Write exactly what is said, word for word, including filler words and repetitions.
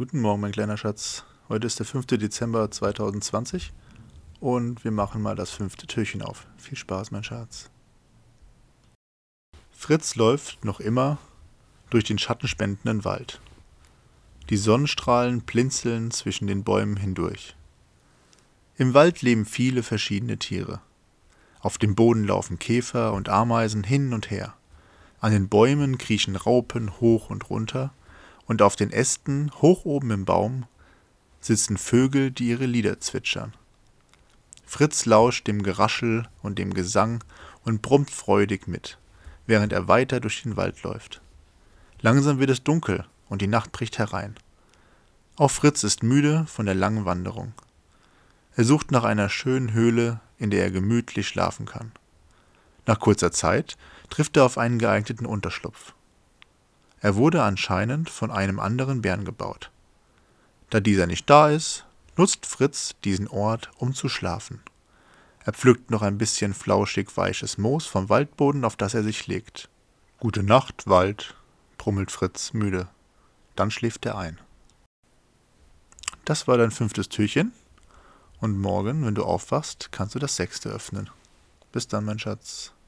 Guten Morgen, mein kleiner Schatz. Heute ist der fünfte Dezember zweitausendzwanzig und wir machen mal das fünfte Türchen auf. Viel Spaß, mein Schatz. Fritz läuft noch immer durch den schattenspendenden Wald. Die Sonnenstrahlen blinzeln zwischen den Bäumen hindurch. Im Wald leben viele verschiedene Tiere. Auf dem Boden laufen Käfer und Ameisen hin und her. An den Bäumen kriechen Raupen hoch und runter, und auf den Ästen, hoch oben im Baum, sitzen Vögel, die ihre Lieder zwitschern. Fritz lauscht dem Geraschel und dem Gesang und brummt freudig mit, während er weiter durch den Wald läuft. Langsam wird es dunkel und die Nacht bricht herein. Auch Fritz ist müde von der langen Wanderung. Er sucht nach einer schönen Höhle, in der er gemütlich schlafen kann. Nach kurzer Zeit trifft er auf einen geeigneten Unterschlupf. Er wurde anscheinend von einem anderen Bären gebaut. Da dieser nicht da ist, nutzt Fritz diesen Ort, um zu schlafen. Er pflückt noch ein bisschen flauschig weiches Moos vom Waldboden, auf das er sich legt. »Gute Nacht, Wald«, brummelt Fritz müde. Dann schläft er ein. Das war dein fünftes Türchen. Und morgen, wenn du aufwachst, kannst du das sechste öffnen. Bis dann, mein Schatz.